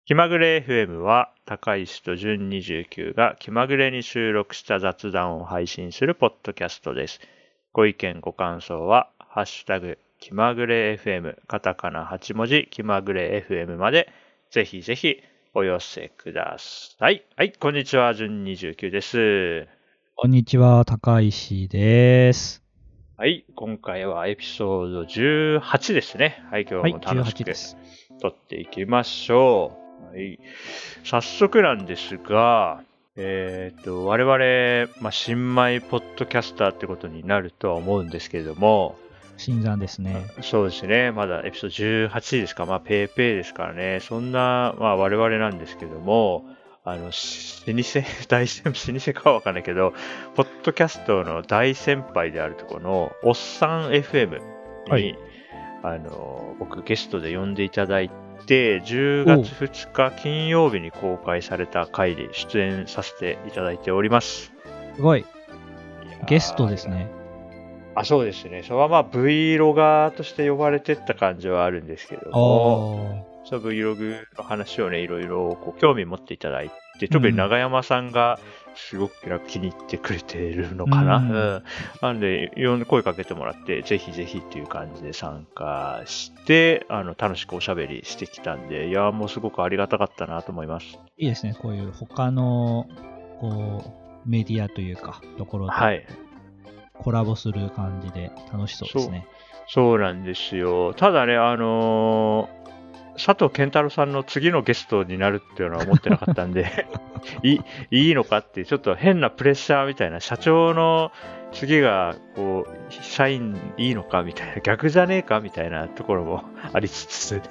気まぐれ FM は高石と準29が気まぐれに収録した雑談を配信するポッドキャストです。ご意見ご感想はハッシュタグ気まぐれ FM カタカナ8文字気まぐれ FM までぜひぜひお寄せください。はい、こんにちは、準29です。 こんにちは、高石です。 はい、今回はエピソード18ですね。はい、今日も楽しく撮っていきましょう。はい、早速なんですが、我々、新米ポッドキャスターってことになるとは思うんですけれども、 新参ですね。 そうですね。まだエピソード18ですか。ペーペーですからね。そんな、我々なんですけども、老舗、大先輩、老舗かはわかんないけど、ポッドキャストの大先輩であるところの、おっさん FM に、はい、僕ゲストで呼んでいただいて、10月2日金曜日に公開された回で出演させていただいております。 すごい。ゲストですね。 そうですね。それはVlogger として呼ばれてった感じはあるんですけども、その Vlog の話をね、いろいろ興味持っていただいて、特に長山さんがすごく気に入ってくれているのかな。なんで、いろんな声かけてもらって、ぜひぜひっていう感じで参加して、楽しくおしゃべりしてきたんで、いや、もうすごくありがたかったなと思います。 いいですね。こういう他の、メディアというか、ところで。 はい。 コラボする感じで楽しそうですね。 そうなんですよ。ただね、佐藤健太郎さんの次のゲストになるっていうのは思ってなかったんでいいのかっていうちょっと変なプレッシャーみたいな、社長の次が社員いいのかみたいな、逆じゃねえかみたいなところもありつつ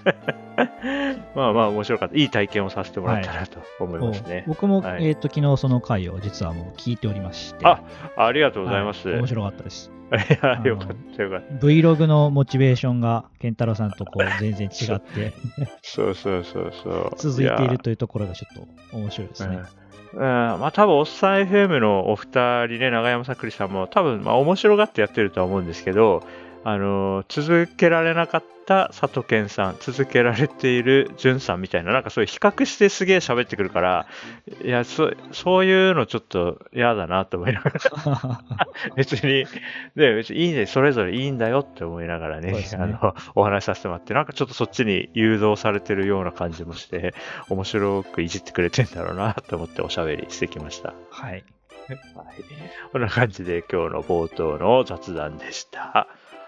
面白かった。いい体験をさせてもらったなと思いますね。はい、 僕も、昨日その回を実はもう聞いておりまして。 ありがとうございます。 面白かったです。 よかったよかった。 Vlog のモチベーションが健太郎さんと全然違ってそう続いているというところがちょっと面白いですね。 多分おっさん FM のお二人ね、長山さくりさんも多分面白がってやってるとは思うんですけど、続けられなかった佐藤健さん、続けられている淳さんみたいな、なんかそういう比較してすげえ喋ってくるから、いや、そういうのちょっと嫌だなと思いながら別にいいね、それぞれいいんだよって思いながらね、お話しさせてもらって、なんかちょっとそっちに誘導されてるような感じもして、面白くいじってくれてんだろうなと思っておしゃべりしてきました。 はい。はい。 こんな感じで今日の冒頭の雑談でした。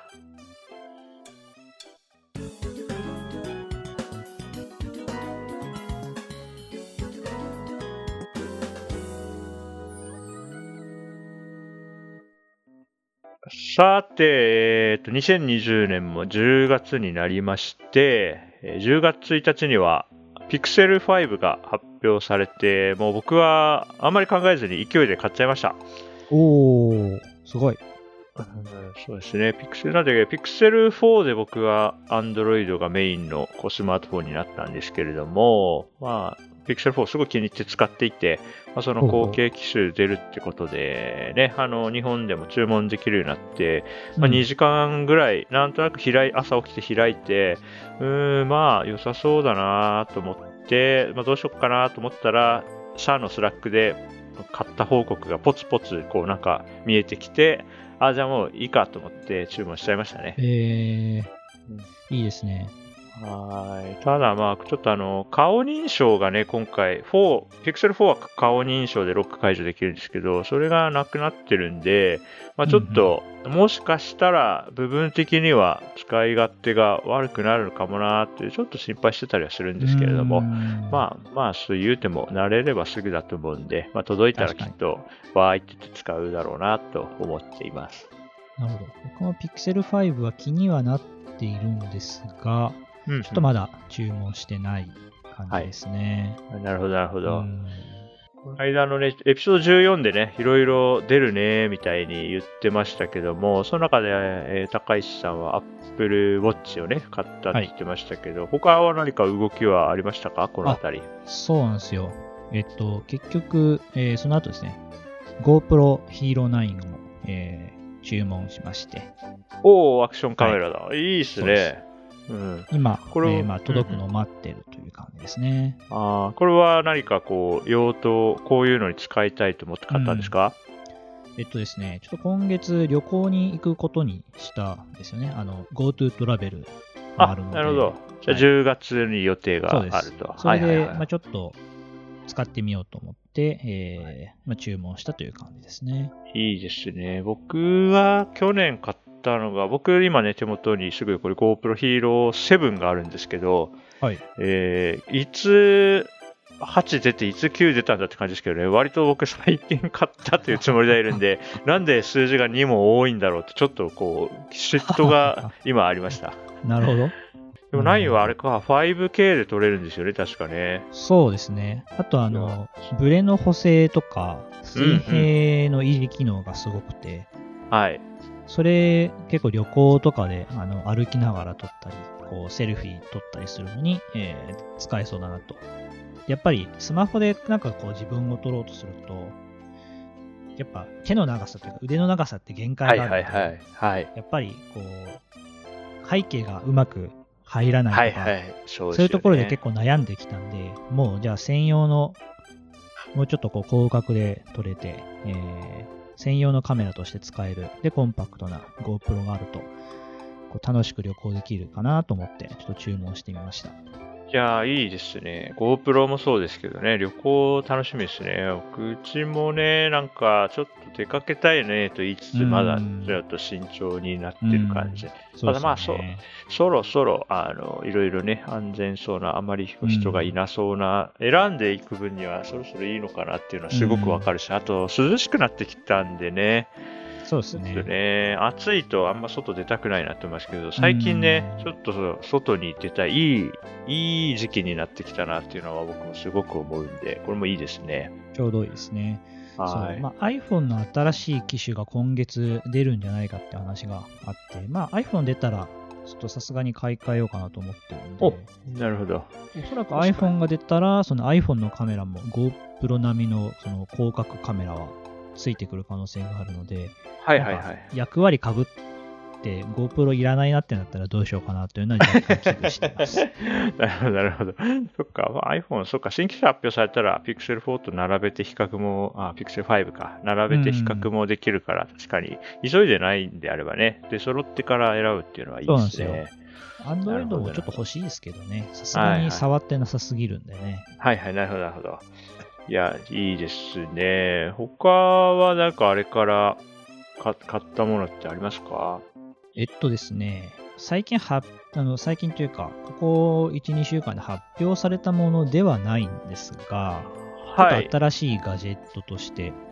さて、2020年も10月になりまして、10月1日には Pixel 5が発表されて、もう僕はあんまり考えずに勢いで買っちゃいました。 おー、すごい。 そうですね。Pixel 4で僕は Android がメインのスマートフォンになったんですけれども、Pixel 4すごい気に入って使っていて、その後継機種出るってことでね、日本でも注文できるようになって、2時間ぐらい、なんとなく朝起きて開いて、良さそうだなと思って、どうしよっかなと思ったら、社のスラックで買った報告がポツポツなんか見えてきて、じゃあもういいかと思って注文しちゃいましたね。 いいですね。 ただちょっと顔認証がね、今回Pixel 4は顔認証でロック解除できるんですけど、それがなくなってるんで、ちょっと、もしかしたら部分的には使い勝手が悪くなるのかもなーってちょっと心配してたりはするんですけれども、そう言うても慣れればすぐだと思うんで、届いたらきっとわーいって言って使うだろうなと思っています。 なるほど。僕も Pixel 5は気にはなっているんですが、ちょっとまだ注文してない感じですね。 なるほど、なるほど。この間のね、エピソード14でね、いろいろ出るね、みたいに言ってましたけども、その中で、高石さんは Apple Watch をね、買ったって言ってましたけど、他は何か動きはありましたか、このあたり。 そうなんですよ。結局、その後ですね、GoPro Hero 9を、注文しまして。 アクションカメラだ。いいっすね。 今、届くのを待ってるという感じですね。 これは何かこう、用途、こういうのに使いたいと思って買ったんですか？ ですね、ちょっと今月旅行に行くことにしたんですよね。GoTo トラベルがあるので。 なるほど。じゃあ10月に予定があると。 それで、ちょっと使ってみようと思って、注文したという感じですね。 いいですね。僕は去年買ったのが、僕今ね、手元にすぐこれ GoPro Hero 7があるんですけど、 はい。 いつ8出ていつ9出たんだって感じですけどね、割と僕最近買ったというつもりでいるんで、なんで数字が2も多いんだろうってちょっとこう、嫉妬が今ありました。 なるほど。 でも9はあれか、5K で撮れるんですよね、確かね。 そうですね。あとブレの補正とか、水平の維持機能がすごくて、 はい。 それ結構旅行とかで歩きながら撮ったり、こうセルフィー撮ったりするのに、使えそうだなと。やっぱりスマホでなんかこう自分を撮ろうとすると、やっぱ手の長さというか腕の長さって限界があるので、やっぱりこう背景がうまく入らないとか、そういうところで結構悩んできたんで、もうじゃあ専用のもうちょっとこう広角で撮れて、専用のカメラとして使えるでコンパクトな GoPro があるとこう楽しく旅行できるかなと思ってちょっと注文してみました。 いやー、いいですね。GoPro もそうですけどね、旅行楽しみですね。うちもね、なんかちょっと出かけたいねと言いつつ、まだちょっと慎重になってる感じ。ただまあそろそろいろいろね、安全そうな、あまり人がいなそうな、選んでいく分にはそろそろいいのかなっていうのはすごくわかるし、あと涼しくなってきたんでね、 そうですね。 ちょっとね、暑いとあんま外出たくないなって思いますけど、最近ね、ちょっと外に出たいい時期になってきたなっていうのは僕もすごく思うんで、これもいいですね。 ちょうどいいですね。 はい。 iPhone の新しい機種が今月出るんじゃないかって話があって、iPhone 出たら、ちょっとさすがに買い替えようかなと思ってるんで。 なるほど。 おそらく iPhone が出たら、その iPhone のカメラも GoPro 並みのその広角カメラはついてくる可能性があるので、役割かぶって GoPro いらないなってなったらどうしようかなというのは若干危惧してます。 なるほど。そっか、iPhone、そっか、新機種発表されたら Pixel 4と並べて比較も、Pixel 5か、並べて比較もできるから、確かに、急いでないんであればね、で、揃ってから選ぶっていうのはいいですね。 そうなんですよ。Android もちょっと欲しいですけどね、さすがに触ってなさすぎるんでね。 なるほど。いや、いいですね。他はなんかあれから買ったものってありますか？ ですね、最近というか、ここ1、2週間で発表されたものではないんですが、ちょっと新しいガジェットとして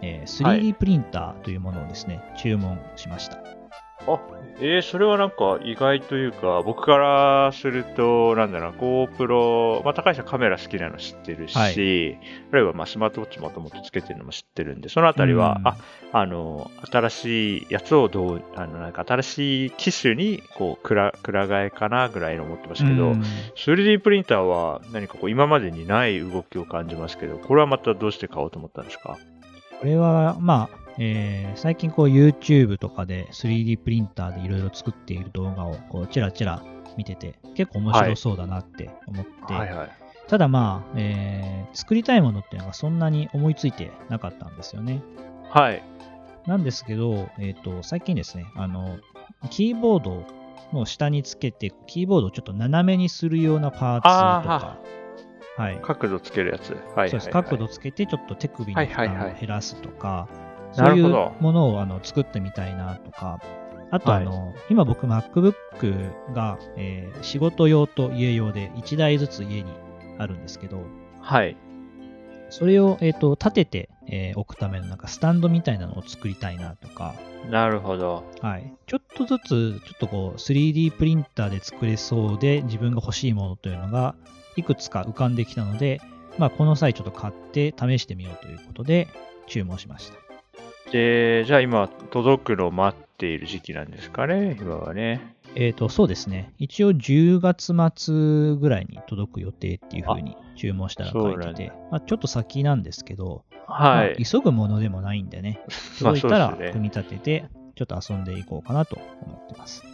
、3D プリンターというものをですね、注文しました。 それはなんか意外というか、僕からすると、GoPro、高橋さんカメラ好きなの知ってるし、あるいはスマートウォッチもともとつけてるのも知ってるんで、そのあたりは、新しいやつを新しい機種に、くら替えかなぐらいの思ってますけど、3D プリンターは何か今までにない動きを感じますけど、これはまたどうして買おうと思ったんですか？ これは、最近YouTube とかで 3D プリンターでいろいろ作っている動画をチラチラ見てて結構面白そうだなって思って、ただ作りたいものっていうのがそんなに思いついてなかったんですよね。なんですけど、最近ですね、キーボードの下につけてキーボードをちょっと斜めにするようなパーツとか、 角度つけるやつ。 そうです。角度つけてちょっと手首の負担を減らすとか、そういうものを作ってみたいなとか、あと今僕 MacBook が、仕事用と家用で1台ずつ家にあるんですけど、それを、立てて、置くためのスタンドみたいなのを作りたいなとか。 なるほど。 ちょっとずつちょっと3D プリンターで作れそうで自分が欲しいものというのがいくつか浮かんできたので、この際ちょっと買って試してみようということで注文しました。 じゃあ今届くのを待っている時期なんですかね、今はね。 そうですね。一応10月末ぐらいに届く予定っていう風に注文したら書いてて、ちょっと先なんですけど、急ぐものでもないんでね、届いたら組み立てて、ちょっと遊んでいこうかなと思ってます。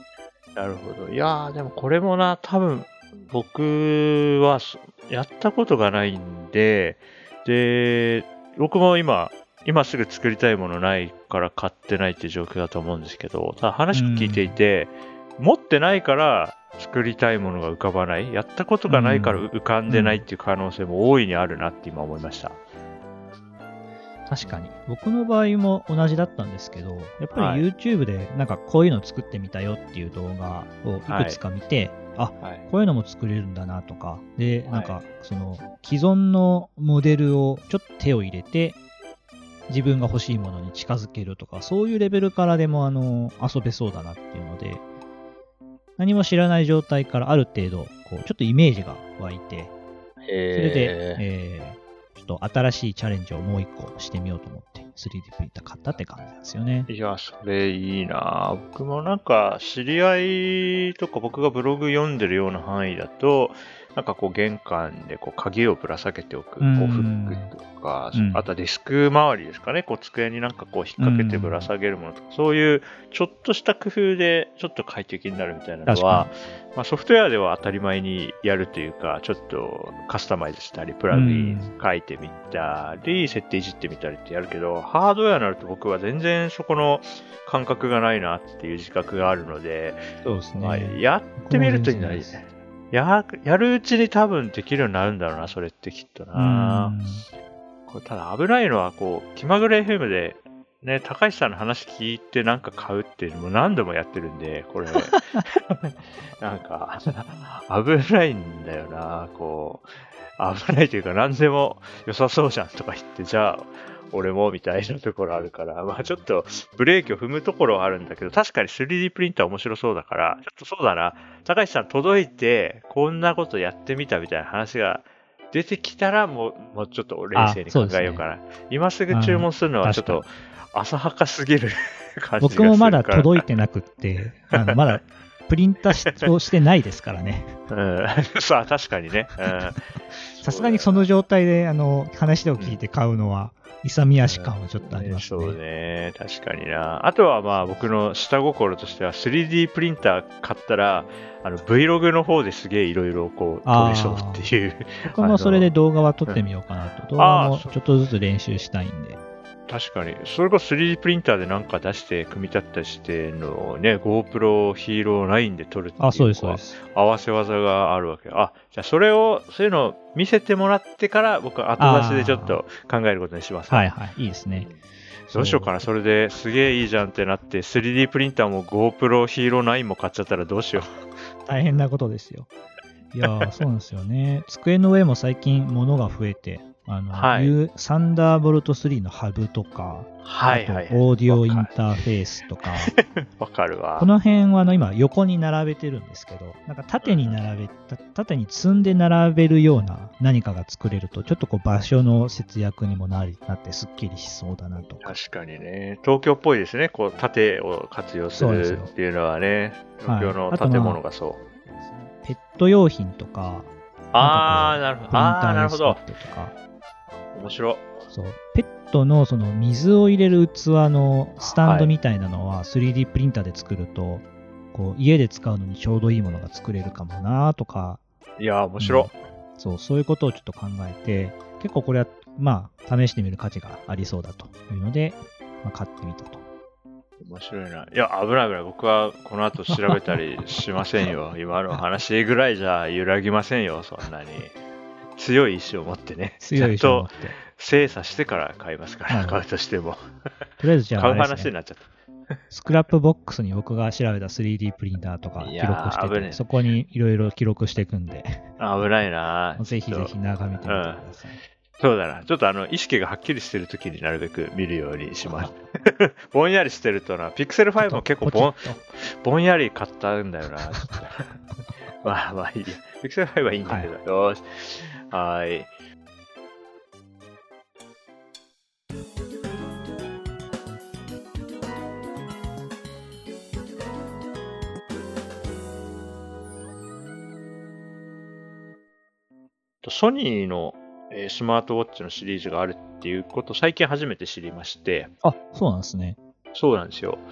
なるほど。いやー、でもこれもな、多分、僕はやったことがないんで、で、僕も今すぐ作りたいものないから買ってないっていう状況だと思うんですけど、ただ話を聞いていて、持ってないから作りたいものが浮かばない、やったことがないから浮かんでないっていう可能性も大いにあるなって今思いました。 確かに。僕の場合も同じだったんですけど、やっぱり YouTube でなんかこういうの作ってみたよっていう動画をいくつか見て、こういうのも作れるんだなとか、で、なんかその既存のモデルをちょっと手を入れて、自分が欲しいものに近づけるとか、そういうレベルからでも遊べそうだなっていうので、何も知らない状態からある程度、こうちょっとイメージが湧いて、それで、ちょっと新しいチャレンジをもう一個してみようと思って 3D プリンター買ったって感じなんですよね。 いや、それいいな。僕もなんか知り合いとか僕がブログ読んでるような範囲だと、なんかこう玄関でこう鍵をぶら下げておくこうフックとか、あとはデスク周りですかね、こう机になんかこう引っ掛けてぶら下げるものとか、そういうちょっとした工夫でちょっと快適になるみたいなのは、まあ、ソフトウェアでは当たり前にやるというか、ちょっとカスタマイズしたり、プラグイン書いてみたり、設定いじってみたりってやるけど、ハードウェアになると僕は全然そこの感覚がないなっていう自覚があるので、 そうですね。 まあ、やってみるといいんだね。やるうちに多分できるようになるんだろうな、それってきっとな。これただ危ないのは、こう、気まぐれ FM で、ね、高橋さんの話聞いてなんか買うっていうのも何度もやってるんで、これ、なんか、危ないんだよな、こう、危ないというか何でも良さそうじゃんとか言って、じゃあ、俺もみたいなところあるから、まあちょっとブレーキを踏むところはあるんだけど、確かに 3D プリンター面白そうだから、ちょっとそうだな、高橋さん届いて、こんなことやってみたみたいな話が出てきたら、もうちょっと冷静に考えようかな。今すぐ注文するのはちょっと浅はかすぎる感じがするから。 僕もまだ届いてなくって、まだプリンターをしてないですからね。 さあ、確かにね。 さすがにその状態で話を聞いて買うのは、勇み足感はちょっとありますね。 そうね、確かにな。あとはまあ僕の下心としては 3D プリンター買ったらVlog の方ですげえいろいろこう撮れそうっていう。 僕もそれで動画は撮ってみようかなと。動画もちょっとずつ練習したいんで。 確かに。それこそ 3D プリンターでなんか出して組み立ったりしてのね、GoPro Hero 9で撮るっていうそうです、そうです。 合わせ技があるわけ。じゃあそういうのを見せてもらってから僕は後出しでちょっと考えることにします、ね。 はいはい、いいですね。 どうしようかな。それですげえいいじゃんってなって 3D プリンターも GoPro Hero 9も買っちゃったらどうしよう。 大変なことですよ。いやー、そうなんですよね。机の上も最近物が増えて、サンダーボルト3のハブとか、オーディオインターフェースとか、 わかるわ。 この辺は今横に並べてるんですけど、なんか縦に積んで並べるような何かが作れると、ちょっとこう場所の節約にもなってすっきりしそうだなと。 確かにね。東京っぽいですね。こう縦を活用するっていうのはね、東京の建物がそう。 ペット用品とか、 なるほど。 プリンター用スポットとか。 面白い。 そう。ペットのその水を入れる器のスタンドみたいなのは 3D プリンターで作ると、こう家で使うのにちょうどいいものが作れるかもなとか。 いや、面白い、 そういうことをちょっと考えて、結構これはまあ試してみる価値がありそうだというので、買ってみたと。 面白いな。いや、危ない危ない。僕はこの後調べたりしませんよ。今の話ぐらいじゃ揺らぎませんよ、そんなに。強い意志を持ってね。 強い意志を持って。 精査してから買いますから、買うとしても。 とりあえずじゃあ、 買う話になっちゃった。 スクラップボックスに僕が調べた 3D プリンターとか記録してて、そこにいろいろ記録していくんで。 危ないな。 ぜひぜひ眺めてみてください。 そうだな。ちょっと意識がはっきりしてるときになるべく見るようにします。ぼんやりしてるとな、ピクセル5も結構ぼんやり買ったんだよな。まあいいや。ピクセル5はいいんだけど。よし。はい。ソニーのスマートウォッチのシリーズがあるっていうことを最近初めて知りまして。 そうなんですね。 そうなんですよ。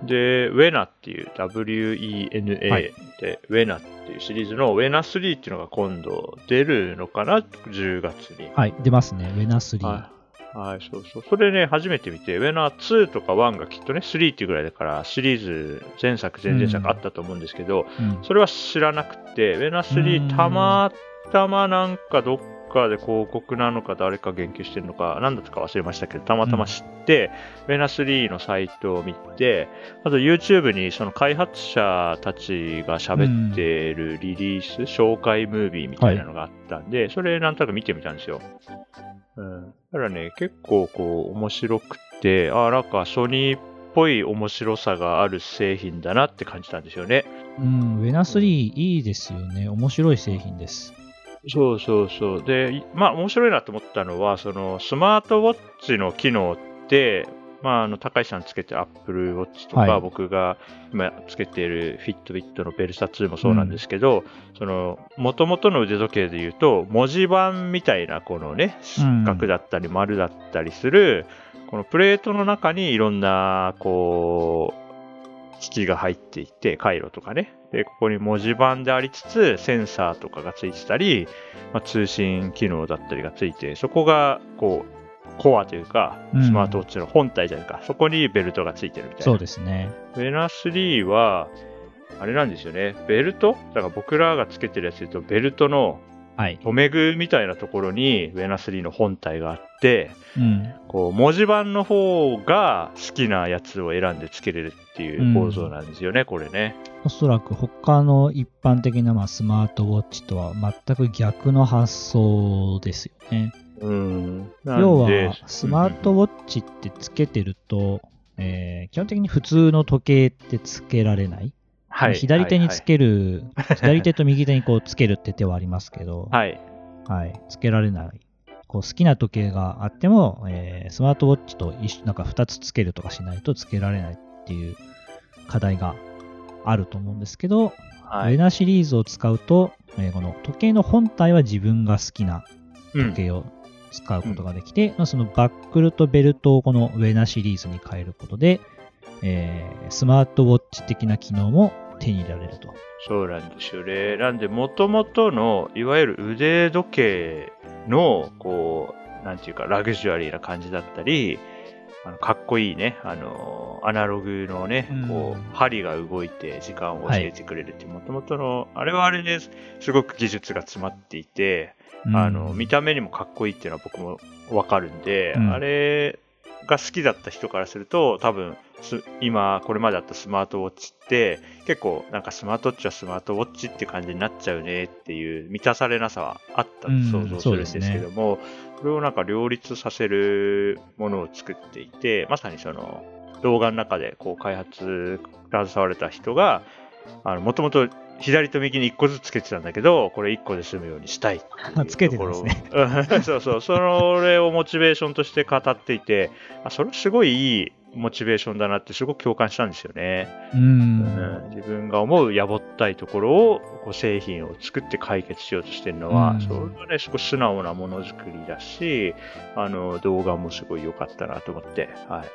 で、ウェナっていう、WENA はいで、ウェナっていうシリーズのウェナ3っていうのが今度出るのかな ?10 月に。 はい、出ますね。ウェナ3。 はい、そうそう。それね、初めて見て、ウェナ2とか1がきっとね、3っていうぐらいだから、シリーズ、前作、前々作あったと思うんですけど、 うん。 それは知らなくて、ウェナ3たまたまなんかどっかで広告なのか誰か言及してるのか、何だったか忘れましたけど、たまたま知って、ウェナ3のサイトを見て、あと YouTube にその開発者たちが喋ってるリリース、紹介ムービーみたいなのがあったんで、それなんとなく見てみたんですよ。だからね、結構こう面白くて、なんかソニーっぽい面白さがある製品だなって感じたんですよね。 ウェナ3いいですよね。面白い製品です。 そうそうそう。で、面白いなと思ったのは、そのスマートウォッチの機能って、高橋さんつけてる Apple Watch とか、 はい僕が今つけている Fitbit のベルサ2もそうなんですけど、その、元々の腕時計で言うと、文字盤みたいなこのね、四角だったり丸だったりする、このプレートの中にいろんな、こう、機器が入っていて、回路とかね。で、ここに文字盤でありつつ、センサーとかがついてたり、通信機能だったりがついて、そこが、こう、コアというか、スマートウォッチの本体じゃないか、そこにベルトがついてるみたいな。 そうですね。 ウェナ3は、あれなんですよね。ベルトだから僕らがつけてるやつで言うと、ベルトの留め具みたいなところにウェナ3の本体があって、こう文字盤の方が好きなやつを選んでつけれるっていう構造なんですよね、これね。 おそらく他の一般的なスマートウォッチとは全く逆の発想ですよね。要は、スマートウォッチってつけてると、基本的に普通の時計ってつけられない。はい、左手につける、左手と右手にこうつけるって手はありますけど、はい、つけられない。こう好きな時計があっても、スマートウォッチとなんか2つつけるとかしないとつけられないっていう課題があると思うんですけど、ウェナシリーズを使うと、この時計の本体は自分が好きな時計を使うことができて、そのバックルとベルトをこのウェナシリーズに変えることで、スマートウォッチ的な機能も手に入れられると。 そうなんですよね。なんで、元々の、いわゆる腕時計の、こう、なんていうか、ラグジュアリーな感じだったり、かっこいいね、アナログのね、こう、針が動いて時間を教えてくれるっていう、元々の、あれはあれですごく技術が詰まっていて、見た目にもかっこいいっていうのは僕もわかるんで、あれが好きだった人からすると、多分、今、これまであったスマートウォッチって、結構、なんかスマートウォッチはスマートウォッチって感じになっちゃうねっていう満たされなさはあったと想像するんですけども、それをなんか両立させるものを作っていて、まさにその、動画の中でこう開発、携われた人が、もともと左と右に1個ずつつけてたんだけど、これ1個で済むようにしたいつけてるんですね。 そうそう、それをモチベーションとして語っていて、それすごいいいモチベーションだなってすごく共感したんですよね。自分が思うやぼったいところをこう製品を作って解決しようとしてるのは、それはね、すごい素直なものづくりだし、動画もすごい良かったなと思って。はい。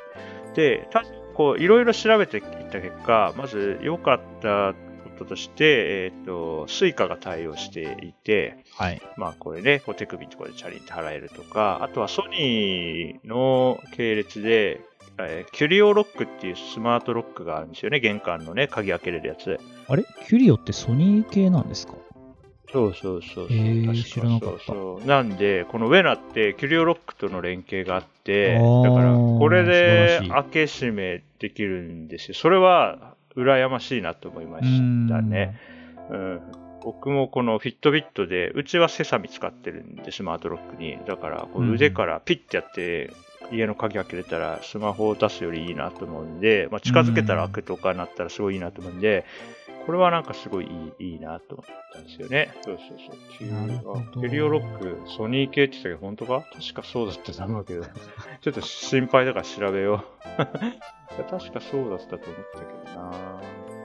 で、こういろいろ調べていった結果、まず良かったこととして、スイカが対応していて、これね、こう手首のところでチャリンって払えるとか、あとはソニーの系列で、キュリオロックっていうスマートロックがあるんですよね、玄関のね、鍵開けれるやつ。 あれキュリオってソニー系なんですか？ そうそうそう。 知らなかった。 そうなんで、このウェナってキュリオロックとの連携があって、だからこれで開け閉めできるんですよ。それは羨ましいなと思いましたね。僕もこのフィットビットで、うちはセサミ使ってるんで、スマートロックに。だからこう腕からピッてやって、家の鍵開けれたらスマホを出すよりいいなと思うんで、近づけたら開くとかなったらすごいいいなと思うんで、これはなんかすごいいいなと思ったんですよね。そう。キュリオロック、ソニー系って言ったけど、本当か？確かそうだったと思うけど、ちょっと心配だから調べよう。確かそうだったと思ったけどな。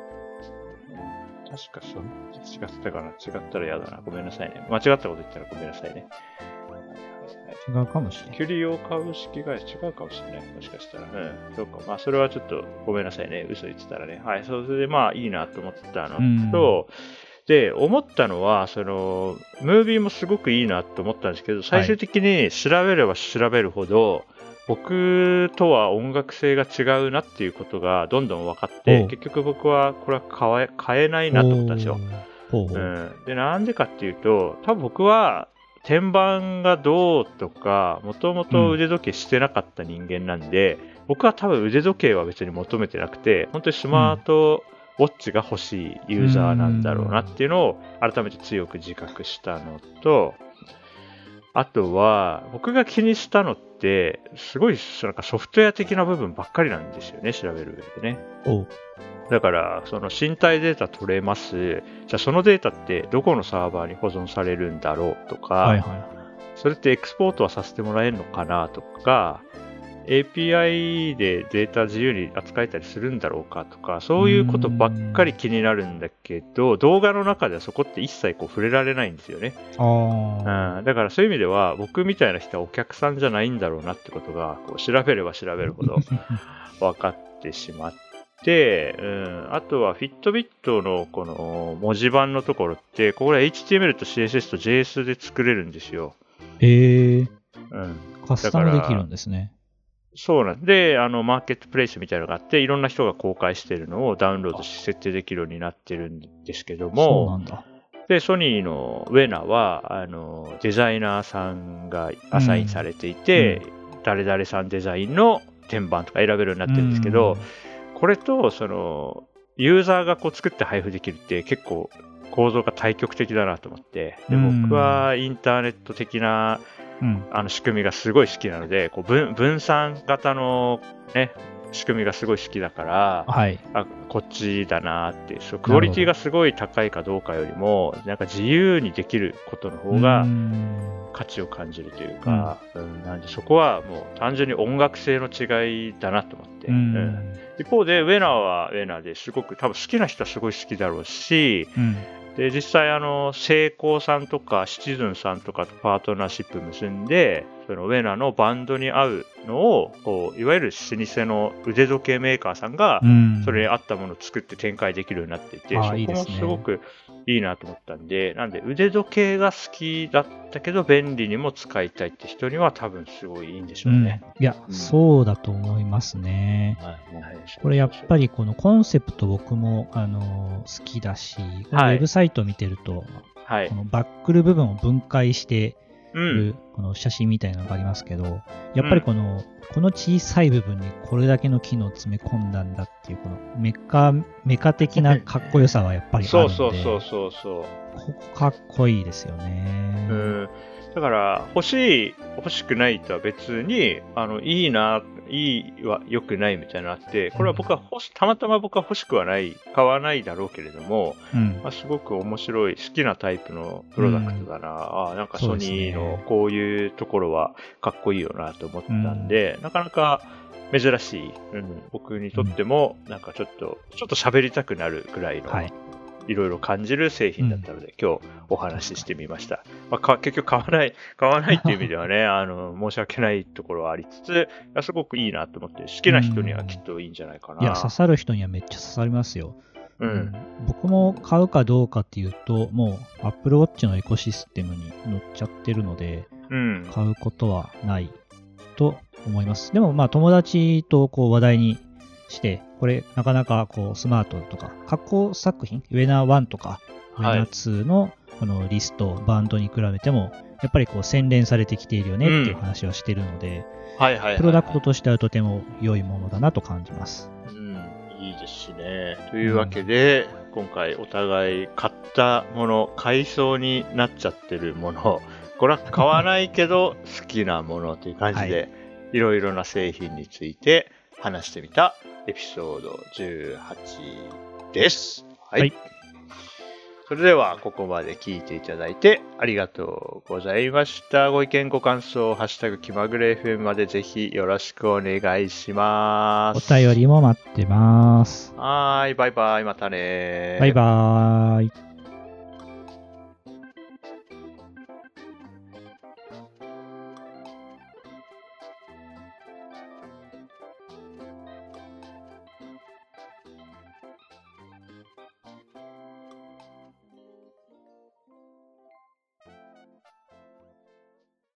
確かそう。違ったかな？違ったら嫌だな。ごめんなさいね。間違ったこと言ったらごめんなさいね。 違うかもしれない。 キュリオ株式会社違うかもしれない。もしかしたら。そうか。まあ、それはちょっとごめんなさいね。嘘言ってたらね。はい。それでまあ、いいなと思ったのと、で、思ったのは、ムービーもすごくいいなと思ったんですけど、最終的に調べれば調べるほど、僕とは音楽性が違うなっていうことがどんどん分かって、結局僕はこれは買えないなと思ったんですよ。で、なんでかっていうと、多分僕は天板がどうとか、もともと腕時計してなかった人間なんで、僕は多分腕時計は別に求めてなくて、本当にスマートウォッチが欲しいユーザーなんだろうなっていうのを改めて強く自覚したのと、あとは僕が気にしたのってすごいなんかソフトウェア的な部分ばっかりなんですよね、調べる上でね。だからその身体データ取れます。じゃあそのデータってどこのサーバーに保存されるんだろうとか、それってエクスポートはさせてもらえるのかなとか、API でデータ自由に扱えたりするんだろうかとか、そういうことばっかり気になるんだけど、動画の中ではそこって一切こう触れられないんですよね。だからそういう意味では僕みたいな人はお客さんじゃないんだろうなってことがこう調べれば調べるほど分かってしまって、あとは Fitbit のこの文字盤のところって、これは HTML と CSS と JS で作れるんですよ。 カスタムできるんですね。 そうなんで、マーケットプレイスみたいなのがあって、いろんな人が公開しているのをダウンロードし設定できるようになってるんですけども、 そうなんだ。 で、ソニーのウェナは、デザイナーさんがアサインされていて、誰々さんデザインの天板とか選べるようになってるんですけど、これと、ユーザーがこう作って配布できるって結構構造が対極的だなと思って、で僕はインターネット的な仕組みがすごい好きなので、こう分散型の、ね、仕組みがすごい好きだから、こっちだなって、クオリティがすごい高いかどうかよりも、なんか自由にできることの方が価値を感じるというか、なんでそこはもう単純に音楽性の違いだなと思って。一方で、ウェナーはウェナーですごく、多分好きな人はすごい好きだろうし、で実際セイコーさんとかシチズンさんとかとパートナーシップ結んで、そのウェナのバンドに合うのをこういわゆる老舗の腕時計メーカーさんがそれに合ったものを作って展開できるようになっていて、そこもすごくいいなと思ったんで、なんで腕時計が好きだったけど便利にも使いたいって人には多分すごいいいんでしょうね。 いや、そうだと思いますね。これやっぱりこのコンセプト僕も好きだし、ウェブサイトを見てると、このバックル部分を分解してこの写真みたいなのがありますけど、やっぱりこの小さい部分にこれだけの機能を詰め込んだんだっていう、このメカ的なかっこよさはやっぱりあるので、ここかっこいいですよね。 だから欲しくないとは別にいいな、いいは良くないみたいなのあって、これは僕はたまたま僕は欲しくはない、買わないだろうけれども、すごく面白い好きなタイプのプロダクトだな、なんかソニーのこういうところはかっこいいよなと思ったんで、なかなか珍しい、僕にとってもなんかちょっと喋りたくなるくらいの、いろいろ感じる製品だったので、今日お話ししてみました。結局買わないっていう意味ではね、申し訳ないところはありつつ、すごくいいなと思って、好きな人にはきっといいんじゃないかな。 いや、刺さる人にはめっちゃ刺さりますよ。僕も買うかどうかっていうと、もう Apple Watch のエコシステムに乗っちゃってるので、買うことはないと思います。でも友達とこう話題にして、これなかなかこうスマートとか加工作品、ウェナー1とかウェナー2のこのリスト、バンドに比べてもやっぱりこう洗練されてきているよねっていう話はしているので、プロダクトとしてはとても良いものだなと感じます。 いいですね。というわけで、今回お互い買ったもの、買いそうになっちゃってるもの、これは買わないけど好きなものという感じで、いろいろな製品について話してみたエピソード18です。それではここまで聞いていただいてありがとうございました。ご意見ご感想、ハッシュタグ気まぐれ FM までぜひよろしくお願いします。 お便りも待ってます。 バイバイ、またね。 バイバーイ。